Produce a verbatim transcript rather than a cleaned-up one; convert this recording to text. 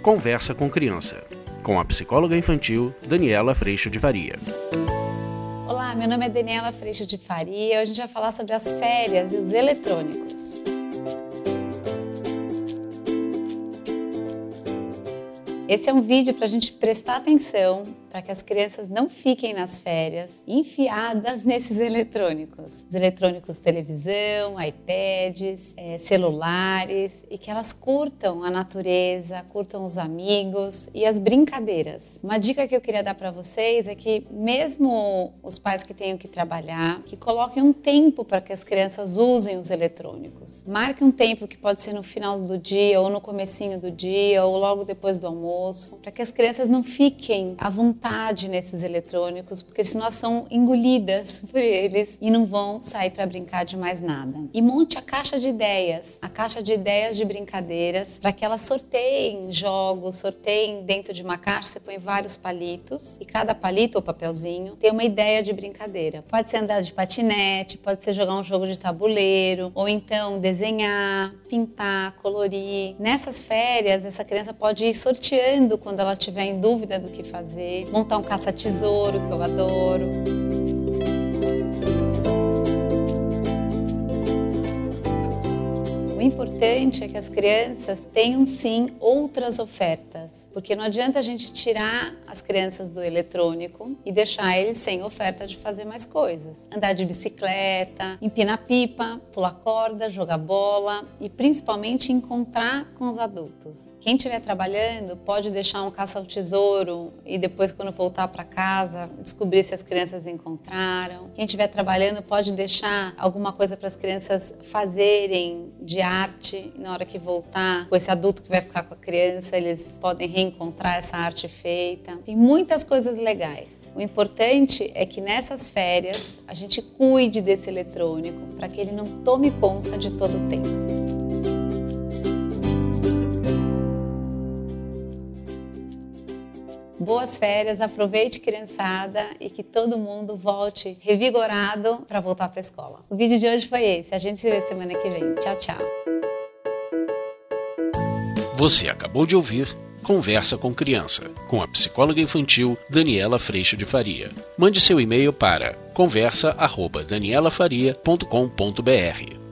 Conversa com Criança, com a psicóloga infantil Daniela Freixo de Faria. Olá, meu nome é Daniela Freixo de Faria. Hoje a gente vai falar sobre as férias e os eletrônicos. Esse é um vídeo para a gente prestar atenção, para que as crianças não fiquem nas férias enfiadas nesses eletrônicos. Os eletrônicos, televisão, iPads, é, celulares, e que elas curtam a natureza, curtam os amigos e as brincadeiras. Uma dica que eu queria dar para vocês é que mesmo os pais que tenham que trabalhar, que coloquem um tempo para que as crianças usem os eletrônicos. Marque um tempo que pode ser no final do dia, ou no comecinho do dia, ou logo depois do almoço, para que as crianças não fiquem à vontade nesses eletrônicos, porque senão elas são engolidas por eles e não vão sair para brincar de mais nada. E monte a caixa de ideias, a caixa de ideias de brincadeiras, para que elas sorteiem jogos, sorteiem dentro de uma caixa. Você põe vários palitos e cada palito ou papelzinho tem uma ideia de brincadeira. Pode ser andar de patinete, pode ser jogar um jogo de tabuleiro, ou então desenhar, pintar, colorir. Nessas férias, essa criança pode ir sorteando quando ela estiver em dúvida do que fazer, montar um caça-tesouro, que eu adoro. O importante é que as crianças tenham sim outras ofertas, porque não adianta a gente tirar as crianças do eletrônico e deixar eles sem oferta de fazer mais coisas. Andar de bicicleta, empinar pipa, pular corda, jogar bola e principalmente encontrar com os adultos. Quem estiver trabalhando pode deixar um caça ao tesouro e depois, quando voltar para casa, descobrir se as crianças encontraram. Quem estiver trabalhando pode deixar alguma coisa para as crianças fazerem de arte, na hora que voltar, com esse adulto que vai ficar com a criança, eles podem reencontrar essa arte feita. Tem muitas coisas legais. O importante é que nessas férias a gente cuide desse eletrônico para que ele não tome conta de todo o tempo. Boas férias, aproveite, criançada, e que todo mundo volte revigorado para voltar para a escola. O vídeo de hoje foi esse. A gente se vê semana que vem. Tchau, tchau. Você acabou de ouvir Conversa com Criança, com a psicóloga infantil Daniela Freixo de Faria. Mande seu e-mail para conversa arroba daniela faria ponto com ponto br.